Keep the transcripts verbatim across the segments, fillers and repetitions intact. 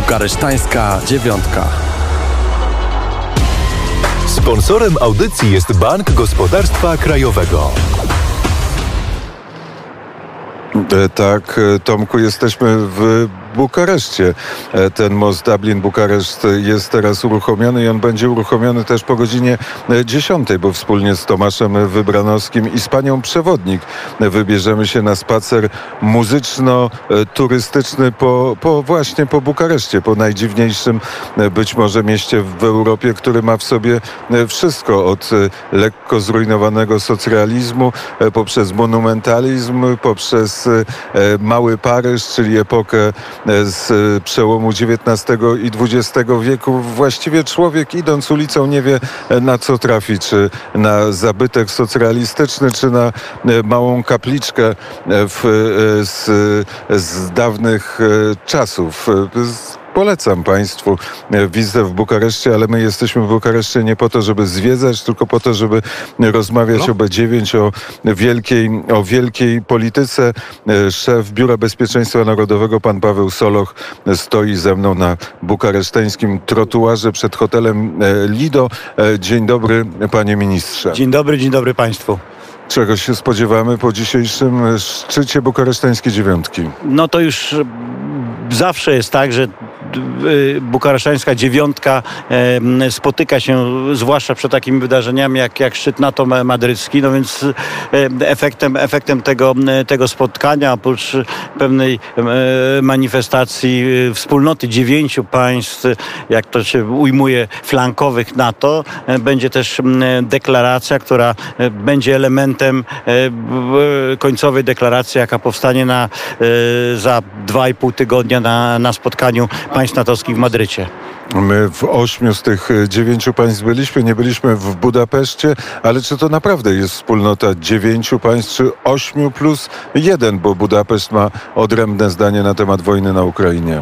Bukaresztańska dziewiątka. Sponsorem audycji jest Bank Gospodarstwa Krajowego. Tak, Tomku, jesteśmy w Bukareszcie. Ten most Dublin-Bukareszt jest teraz uruchomiony i on będzie uruchomiony też po godzinie dziesiątej, bo wspólnie z Tomaszem Wybranowskim i z panią przewodnik wybierzemy się na spacer muzyczno-turystyczny po, po właśnie po Bukareszcie, po najdziwniejszym być może mieście w Europie, który ma w sobie wszystko, od lekko zrujnowanego socrealizmu, poprzez monumentalizm, poprzez Mały Paryż, czyli epokę z przełomu dziewiętnastego i dwudziestego wieku. Właściwie człowiek, idąc ulicą, nie wie, na co trafi, czy na zabytek socrealistyczny, czy na małą kapliczkę w, z, z dawnych czasów. Polecam Państwu wizytę w Bukareszcie, ale my jesteśmy w Bukareszcie nie po to, żeby zwiedzać, tylko po to, żeby rozmawiać no. o B dziewięć, o wielkiej, o wielkiej polityce. Szef Biura Bezpieczeństwa Narodowego, pan Paweł Soloch, stoi ze mną na bukareszteńskim trotuarze przed hotelem Lido. Dzień dobry, panie ministrze. Dzień dobry, dzień dobry Państwu. Czego się spodziewamy po dzisiejszym szczycie bukareszteńskiej dziewiątki? No to już zawsze jest tak, że bukaresztańska dziewiątka spotyka się zwłaszcza przed takimi wydarzeniami jak, jak szczyt NATO madrycki, no więc efektem, efektem tego, tego spotkania, oprócz pewnej manifestacji wspólnoty dziewięciu państw, jak to się ujmuje, flankowych NATO, będzie też deklaracja, która będzie elementem końcowej deklaracji, jaka powstanie na, za dwa i pół tygodnia na, na spotkaniu państw natowskich w Madrycie. My w ośmiu z tych dziewięciu państw byliśmy, nie byliśmy w Budapeszcie, ale czy to naprawdę jest wspólnota dziewięciu państw, czy ośmiu plus jeden, bo Budapeszt ma odrębne zdanie na temat wojny na Ukrainie?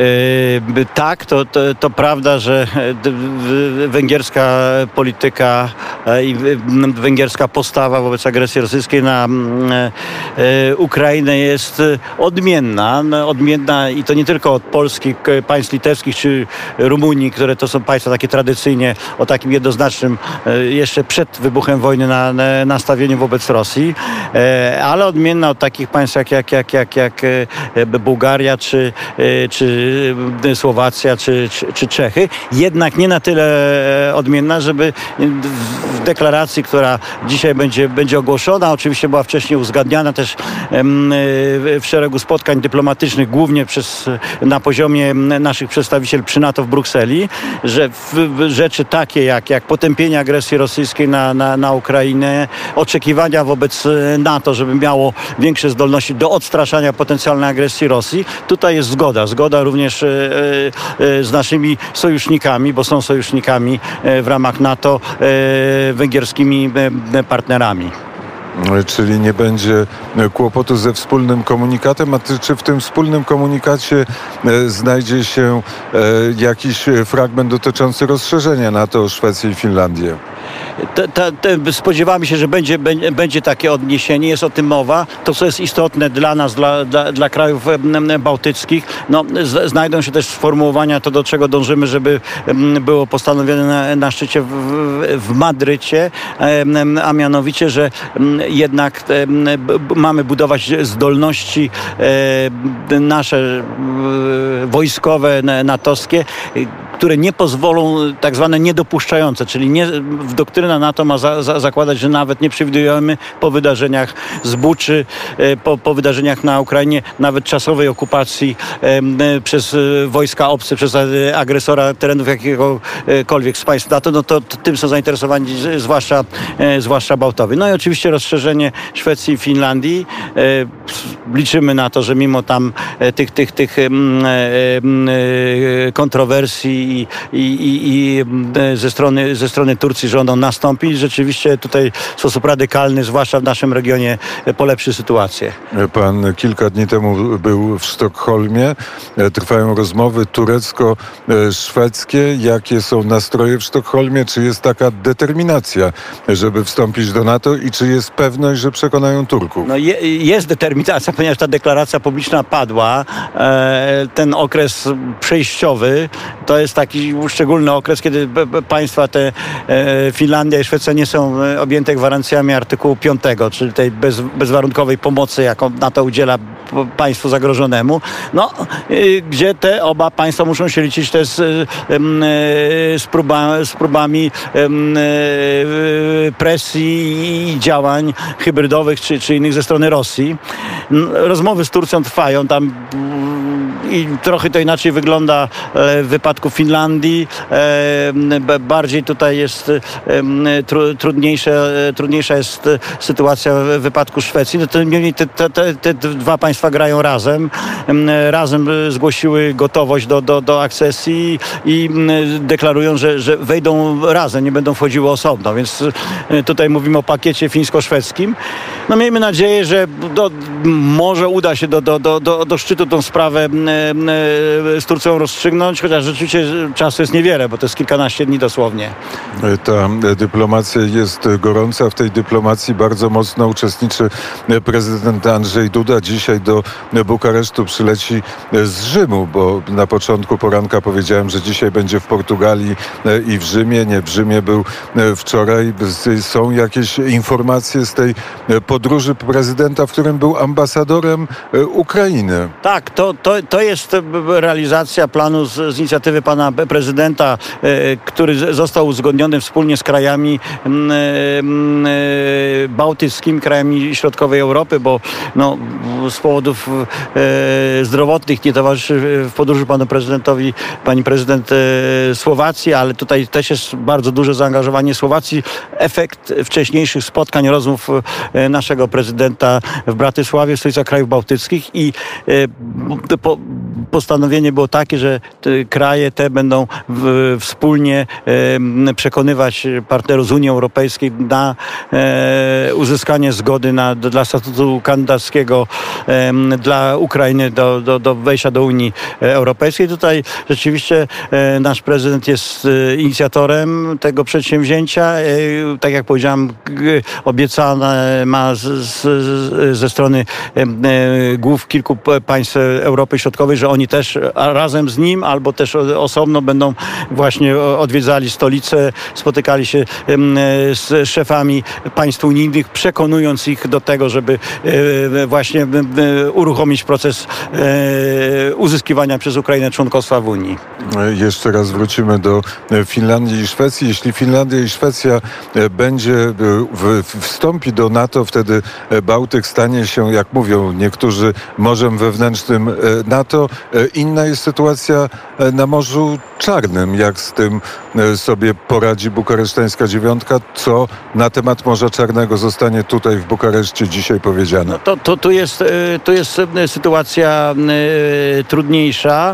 Yy, tak, to, to, to prawda, że węgierska polityka i węgierska postawa wobec agresji rosyjskiej na yy, Ukrainę jest odmienna. Odmienna i to nie tylko od Polski, państw litewskich czy Rumunii, które to są państwa takie tradycyjnie o takim jednoznacznym yy, jeszcze przed wybuchem wojny na, na nastawieniu wobec Rosji, yy, ale odmienna od takich państw jak, jak, jak, jak, jak Bułgaria czy, yy, czy Słowacja czy, czy, czy Czechy, jednak nie na tyle odmienna, żeby w deklaracji, która dzisiaj będzie, będzie ogłoszona, oczywiście była wcześniej uzgadniana też w szeregu spotkań dyplomatycznych, głównie przez, na poziomie naszych przedstawicieli przy NATO w Brukseli, że w rzeczy takie jak, jak potępienie agresji rosyjskiej na, na, na Ukrainę, oczekiwania wobec NATO, żeby miało większe zdolności do odstraszania potencjalnej agresji Rosji, tutaj jest zgoda. Zgoda również z naszymi sojusznikami, bo są sojusznikami w ramach NATO, węgierskimi partnerami. Czyli nie będzie kłopotu ze wspólnym komunikatem, a czy w tym wspólnym komunikacie znajdzie się jakiś fragment dotyczący rozszerzenia NATO o Szwecję i Finlandię? Te, te, te, spodziewamy się, że będzie, będzie, będzie takie odniesienie, jest o tym mowa. To, co jest istotne dla nas, dla, dla, dla krajów bałtyckich, no, z, znajdą się też sformułowania, to do czego dążymy, żeby było postanowione na, na szczycie w, w Madrycie, a mianowicie, że jednak mamy budować zdolności nasze wojskowe, natowskie, które nie pozwolą, tak zwane niedopuszczające, czyli nie, doktryna NATO ma za, za, zakładać, że nawet nie przewidujemy po wydarzeniach z Buczy, po, po wydarzeniach na Ukrainie, nawet czasowej okupacji e, przez wojska obce, przez agresora terenów jakiegokolwiek z państw NATO, no to, to tym są zainteresowani zwłaszcza, e, zwłaszcza Bałtowie. No i oczywiście rozszerzenie Szwecji i Finlandii. E, liczymy na to, że mimo tam e, tych, tych, tych e, e, kontrowersji i, i, i, i ze, strony, ze strony Turcji żądą nastąpić. Rzeczywiście tutaj w sposób radykalny, zwłaszcza w naszym regionie, polepszy sytuację. Pan kilka dni temu był w Sztokholmie. Trwają rozmowy turecko-szwedzkie. Jakie są nastroje w Sztokholmie? Czy jest taka determinacja, żeby wstąpić do NATO i czy jest pewność, że przekonają Turków? No je, jest determinacja, ponieważ ta deklaracja publiczna padła. E, ten okres przejściowy to jest taki szczególny okres, kiedy b, b, państwa te e, Finlandia i Szwecja nie są objęte gwarancjami artykułu piątego, czyli tej bez, bezwarunkowej pomocy, jaką NATO udziela państwu zagrożonemu. No, y, gdzie te oba państwa muszą się liczyć też z, y, y, z, próba, z próbami y, y, presji i działań hybrydowych czy, czy innych ze strony Rosji. Rozmowy z Turcją trwają tam i trochę to inaczej wygląda w wypadku Finlandii. Bardziej tutaj jest trudniejsza, trudniejsza jest sytuacja w wypadku Szwecji. Niemniej te, te, te, te dwa państwa grają razem. Razem zgłosiły gotowość do, do, do akcesji i deklarują, że, że wejdą razem, nie będą wchodziły osobno. Więc tutaj mówimy o pakiecie fińsko-szwedzkim. No miejmy nadzieję, że do, może uda się do, do, do, do, do szczytu tą sprawę z Turcją rozstrzygnąć, chociaż rzeczywiście czasu jest niewiele, bo to jest kilkanaście dni dosłownie. Ta dyplomacja jest gorąca. W tej dyplomacji bardzo mocno uczestniczy prezydent Andrzej Duda. Dzisiaj do Bukaresztu przyleci z Rzymu, bo na początku poranka powiedziałem, że dzisiaj będzie w Portugalii i w Rzymie. Nie, w Rzymie był wczoraj. Są jakieś informacje z tej podróży prezydenta, w którym był ambasadorem Ukrainy? Tak, to, to, to jest realizacja planu z, z inicjatywy pana prezydenta, który został uzgodniony wspólnie z krajami bałtyckimi, krajami środkowej Europy, bo no, z powodów e, zdrowotnych nie towarzyszy w podróży panu prezydentowi pani prezydent e, Słowacji, ale tutaj też jest bardzo duże zaangażowanie Słowacji. Efekt wcześniejszych spotkań, rozmów e, naszego prezydenta w Bratysławie, w stolicach krajów bałtyckich i e, po, postanowienie było takie, że te kraje te będą w, wspólnie e, przekonywać partnerów z Unii Europejskiej na e, uzyskanie zgody na, dla statusu kandydackiego e, dla Ukrainy do, do, do wejścia do Unii Europejskiej. Tutaj rzeczywiście e, nasz prezydent jest e, inicjatorem tego przedsięwzięcia. E, tak jak powiedziałem, g, obiecane ma z, z, ze strony e, głów kilku państw Europy Środkowej, że oni też razem z nim albo też osobno będą właśnie odwiedzali stolicę, spotykali się z szefami państw unijnych, przekonując ich do tego, żeby właśnie uruchomić proces uzyskiwania przez Ukrainę członkostwa w Unii. Jeszcze raz wrócimy do Finlandii i Szwecji. Jeśli Finlandia i Szwecja będzie wstąpi do NATO, wtedy Bałtyk stanie się, jak mówią niektórzy, morzem wewnętrznym NATO. Inna jest sytuacja na Morzu Czarnym. Jak z tym sobie poradzi bukaresztańska dziewiątka? Co na temat Morza Czarnego zostanie tutaj w Bukareszcie dzisiaj powiedziane? No to, to, to, jest, to jest sytuacja trudniejsza.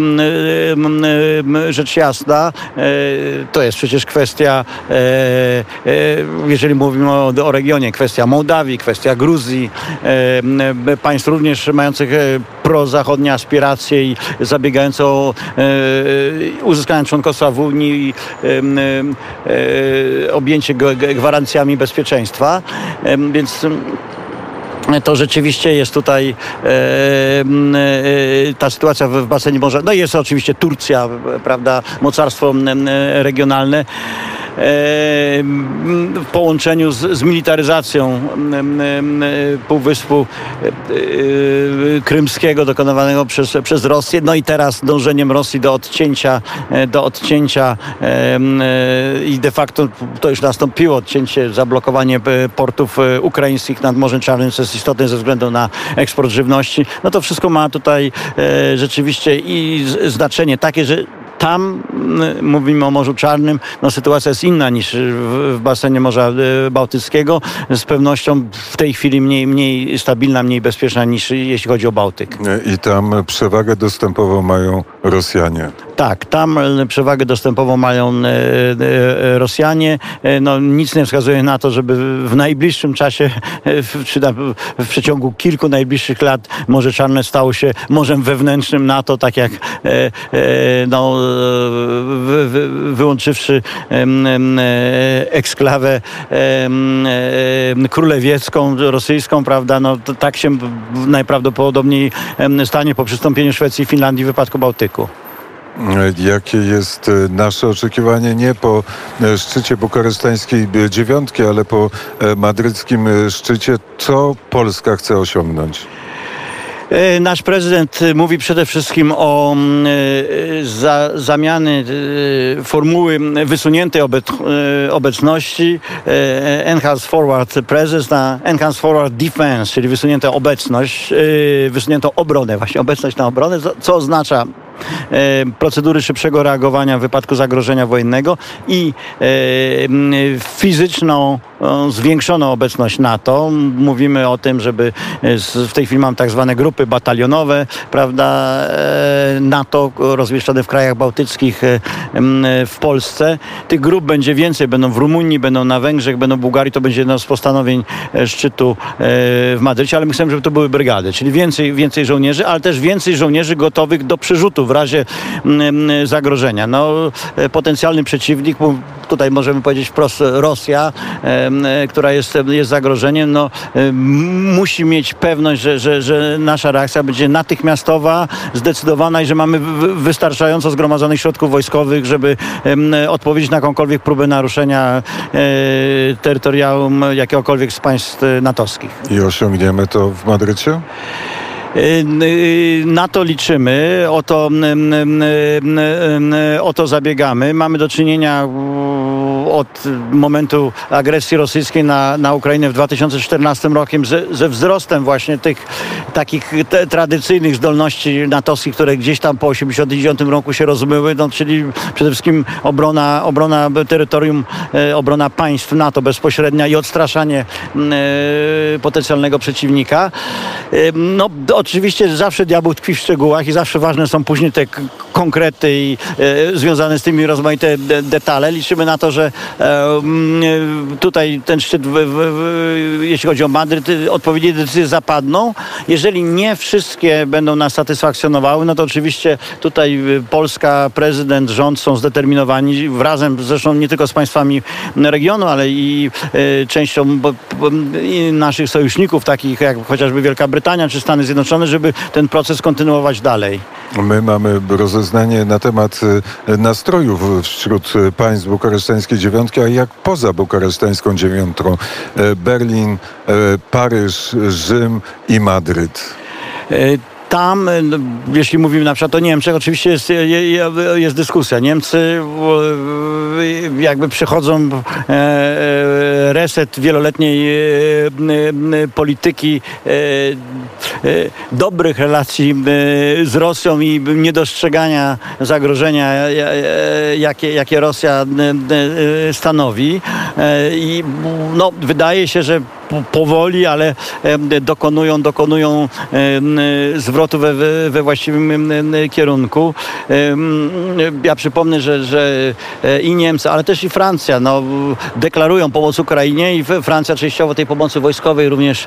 Rzecz jasna. To jest przecież kwestia, jeżeli mówimy o, o regionie, kwestia Mołdawii, kwestia Gruzji, państw również mających prozachodnie aspiracje i zabiegające o uzyskanie członkostwa w Unii i objęcie gwarancjami bezpieczeństwa. Więc to rzeczywiście jest tutaj e, e, ta sytuacja w, w basenie Morza. No i jest oczywiście Turcja, prawda, mocarstwo e, regionalne. W połączeniu z, z militaryzacją Półwyspu Krymskiego dokonywanego przez, przez Rosję, no i teraz dążeniem Rosji do odcięcia, do odcięcia i de facto to już nastąpiło, odcięcie, zablokowanie portów ukraińskich nad Morzem Czarnym, co jest istotne ze względu na eksport żywności. No to wszystko ma tutaj rzeczywiście i znaczenie takie, że tam mówimy o Morzu Czarnym, no sytuacja jest inna niż w, w basenie Morza Bałtyckiego. Z pewnością w tej chwili mniej, mniej stabilna, mniej bezpieczna niż jeśli chodzi o Bałtyk. I tam przewagę dostępową mają Rosjanie. Tak, tam przewagę dostępową mają Rosjanie. No, nic nie wskazuje na to, żeby w najbliższym czasie, czy na, w przeciągu kilku najbliższych lat Morze Czarne stało się morzem wewnętrznym NATO, tak jak no, wy, wy, wyłączywszy eksklawę królewiecką, rosyjską, prawda, no to tak się najprawdopodobniej stanie po przystąpieniu Szwecji i Finlandii w wypadku Bałtyku. Jakie jest nasze oczekiwanie nie po szczycie bukaresztańskiej dziewiątki, ale po madryckim szczycie? Co Polska chce osiągnąć? Nasz prezydent mówi przede wszystkim o za, zamiany formuły wysuniętej obec, obecności Enhanced Forward Presence na Enhanced Forward Defense, czyli wysuniętą obecność, wysuniętą obronę, właśnie obecność na obronę, co oznacza procedury szybszego reagowania w wypadku zagrożenia wojennego i fizyczną, zwiększoną obecność NATO. Mówimy o tym, żeby w tej chwili mam tak zwane grupy batalionowe, prawda, NATO rozmieszczone w krajach bałtyckich, w Polsce. Tych grup będzie więcej, będą w Rumunii, będą na Węgrzech, będą w Bułgarii. To będzie jedno z postanowień szczytu w Madrycie, ale my chcemy, żeby to były brygady, czyli więcej, więcej żołnierzy, ale też więcej żołnierzy gotowych do przerzutu w razie zagrożenia. No, potencjalny przeciwnik, tutaj możemy powiedzieć wprost Rosja, która jest, jest zagrożeniem, no, musi mieć pewność, że, że, że nasza reakcja będzie natychmiastowa, zdecydowana i że mamy wystarczająco zgromadzonych środków wojskowych, żeby odpowiedzieć na jakąkolwiek próbę naruszenia terytorium jakiegokolwiek z państw natowskich. I osiągniemy to w Madrycie? Na to liczymy, o to, o to zabiegamy. Mamy do czynienia od momentu agresji rosyjskiej na, na Ukrainę w dwa tysiące czternastym rokiem ze, ze wzrostem właśnie tych takich te, tradycyjnych zdolności natowskich, które gdzieś tam po osiemdziesiątym dziewiątym roku się rozmyły, no, czyli przede wszystkim obrona, obrona terytorium, obrona państw NATO bezpośrednia i odstraszanie e, potencjalnego przeciwnika. E, no, oczywiście zawsze diabeł tkwi w szczegółach i zawsze ważne są później te konkrety i e, związane z tymi rozmaite de, detale. Liczymy na to, że e, tutaj ten szczyt, w, w, w, jeśli chodzi o Madryt, odpowiednie decyzje zapadną. Jeżeli nie wszystkie będą nas satysfakcjonowały, no to oczywiście tutaj Polska, prezydent, rząd są zdeterminowani, razem zresztą nie tylko z państwami regionu, ale i e, częścią bo, bo, i naszych sojuszników, takich jak chociażby Wielka Brytania czy Stany Zjednoczone, żeby ten proces kontynuować dalej. My mamy rozeznanie na temat nastrojów wśród państw bukaresztańskiej dziewiątki, a jak poza bukaresztańską dziewiątką? Berlin, Paryż, Rzym i Madryt. Tam, jeśli mówimy na przykład o Niemczech, oczywiście jest, jest dyskusja. Niemcy jakby przechodzą reset wieloletniej polityki dobrych relacji z Rosją i niedostrzegania zagrożenia, jakie, jakie Rosja stanowi. I no, wydaje się, że powoli, ale dokonują, dokonują zwrotu we, we właściwym kierunku. Ja przypomnę, że, że i Niemcy, ale też i Francja no, deklarują pomoc Ukrainie i Francja częściowo tej pomocy wojskowej również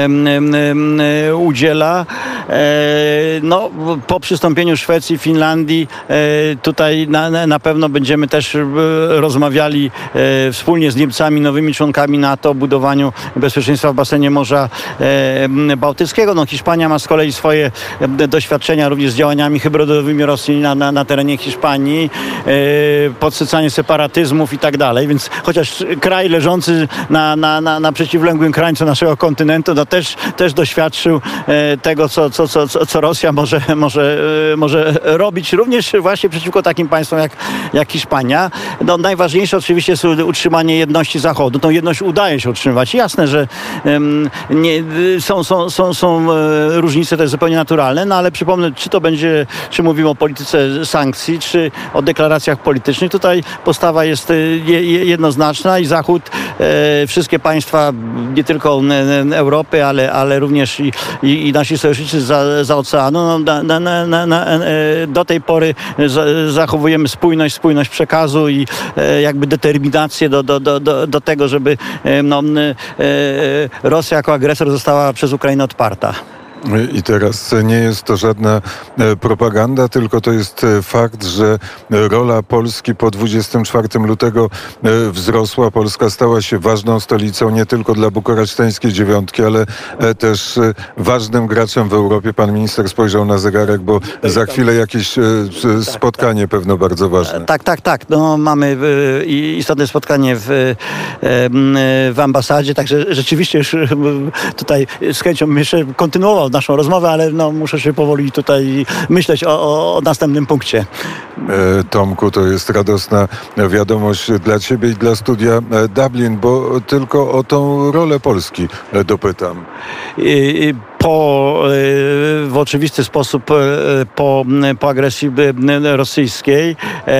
udziela. No, po przystąpieniu Szwecji, Finlandii tutaj na, na pewno będziemy też rozmawiali wspólnie z Niemcami, nowymi członkami NATO o budowaniu bezpieczeństwa w basenie Morza Bałtyckiego. No, Hiszpania ma z kolei swoje doświadczenia również z działaniami hybrydowymi Rosji na, na, na terenie Hiszpanii, podsycanie separatyzmów i tak dalej, więc chociaż kraj leżący na, na, na, na przeciwległym krańcu naszego kontynentu, no też, też doświadczył tego, co, co co, co, co, co Rosja może, może, może robić również właśnie przeciwko takim państwom jak, jak Hiszpania. No, najważniejsze oczywiście jest utrzymanie jedności Zachodu. Tą jedność udaje się utrzymywać. Jasne, że um, nie, są, są, są, są różnice, to jest zupełnie naturalne, no ale przypomnę, czy to będzie, czy mówimy o polityce sankcji, czy o deklaracjach politycznych. Tutaj postawa jest jednoznaczna i Zachód, e, wszystkie państwa, nie tylko Europy, ale, ale również i, i, i nasi sojusznicy za, za oceanu, no, na, na, na, na, do tej pory za, zachowujemy spójność, spójność przekazu i e, jakby determinację do, do, do, do, do tego, żeby e, no, e, Rosja jako agresor została przez Ukrainę odparta. I teraz nie jest to żadna propaganda, tylko to jest fakt, że rola Polski po dwudziestego czwartego lutego wzrosła. Polska stała się ważną stolicą nie tylko dla bukareszteńskiej dziewiątki, ale też ważnym graczem w Europie. Pan minister spojrzał na zegarek, bo za chwilę jakieś spotkanie pewno bardzo ważne. Tak, tak, tak. No, mamy istotne spotkanie w, w ambasadzie, także rzeczywiście już tutaj z chęcią jeszcze kontynuował naszą rozmowę, ale no, muszę się powoli tutaj myśleć o, o, o następnym punkcie. E, Tomku, to jest radosna wiadomość dla ciebie i dla studia Dublin, bo tylko o tą rolę Polski dopytam. I, po, w oczywisty sposób po, po agresji rosyjskiej,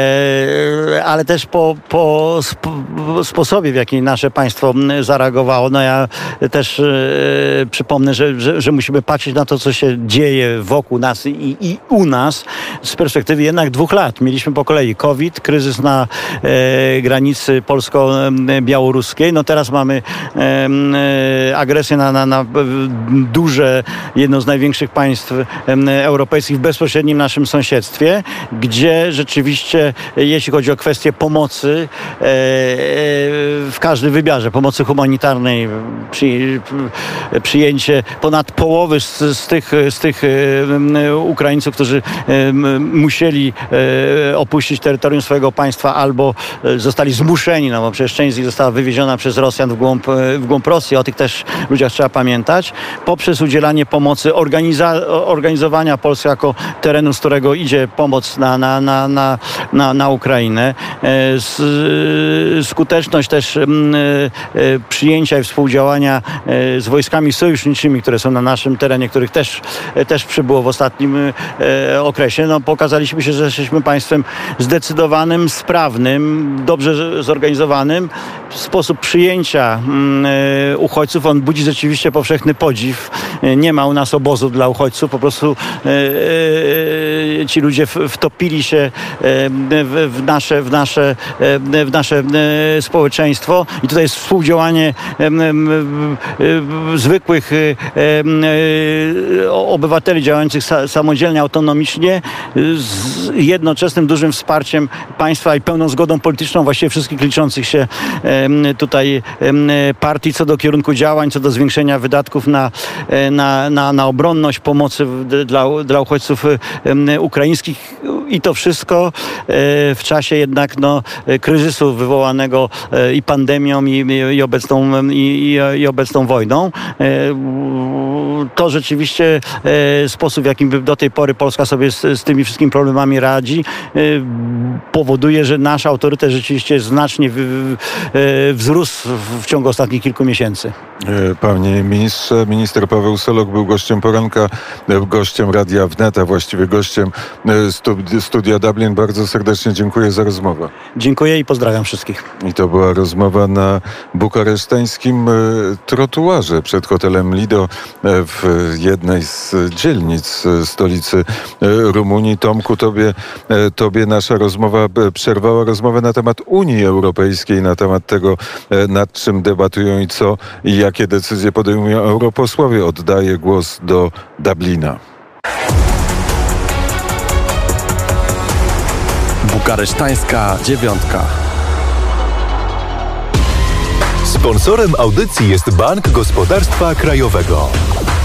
ale też po, po sposobie, w jaki nasze państwo zareagowało. No ja też przypomnę, że, że, że musimy patrzeć na to, co się dzieje wokół nas i, i u nas z perspektywy jednak dwóch lat. Mieliśmy po kolei COVID, kryzys na e, granicy polsko-białoruskiej. No teraz mamy e, agresję na, na, na duże, jedno z największych państw europejskich w bezpośrednim naszym sąsiedztwie, gdzie rzeczywiście, jeśli chodzi o kwestię pomocy w każdym wymiarze, pomocy humanitarnej, przy, przyjęcie ponad połowy z, z, tych, z tych Ukraińców, którzy musieli opuścić terytorium swojego państwa albo zostali zmuszeni, no bo przecież część z nich została wywieziona przez Rosjan w głąb, w głąb Rosji. O tych też ludziach trzeba pamiętać. Poprzez udzielanie pomocy, organiza- organizowania Polski jako terenu, z którego idzie pomoc na, na, na, na, na, na Ukrainę. Skuteczność też przyjęcia i współdziałania z wojskami sojuszniczymi, które są na naszym terenie, których też, też przybyło w ostatnim okresie. No, pokazaliśmy się, że jesteśmy państwem zdecydowanym, sprawnym, dobrze zorganizowanym. Sposób przyjęcia uchodźców, on budzi rzeczywiście powszechny podziw. Nie ma u nas obozu dla uchodźców, po prostu e, e, ci ludzie w, wtopili się e, w, w nasze, w nasze, e, w nasze e, społeczeństwo i tutaj jest współdziałanie e, e, e, zwykłych e, e, obywateli działających sa, samodzielnie, autonomicznie, z jednoczesnym dużym wsparciem państwa i pełną zgodą polityczną właściwie wszystkich liczących się e, tutaj e, partii co do kierunku działań, co do zwiększenia wydatków na Na, na, na obronność, pomocy dla, dla uchodźców ukraińskich i to wszystko w czasie jednak no, kryzysu wywołanego i pandemią i, i, obecną, i, i obecną wojną. To rzeczywiście sposób, w jakim do tej pory Polska sobie z, z tymi wszystkimi problemami radzi, powoduje, że nasz autorytet rzeczywiście znacznie wzrósł w ciągu ostatnich kilku miesięcy. Panie ministrze, minister Paweł Solok był gościem poranka, gościem Radia Wnet, a właściwie gościem studia Dublin. Bardzo serdecznie dziękuję za rozmowę. Dziękuję i pozdrawiam wszystkich. I to była rozmowa na bukareszteńskim trotuarze przed hotelem Lido w jednej z dzielnic stolicy Rumunii. Tomku, tobie, tobie nasza rozmowa przerwała rozmowę na temat Unii Europejskiej, na temat tego, nad czym debatują i co i jakie decyzje podejmują europosłowie. Oddaję głos do Dublina. Bukaresztańska dziewiątka. Sponsorem audycji jest Bank Gospodarstwa Krajowego.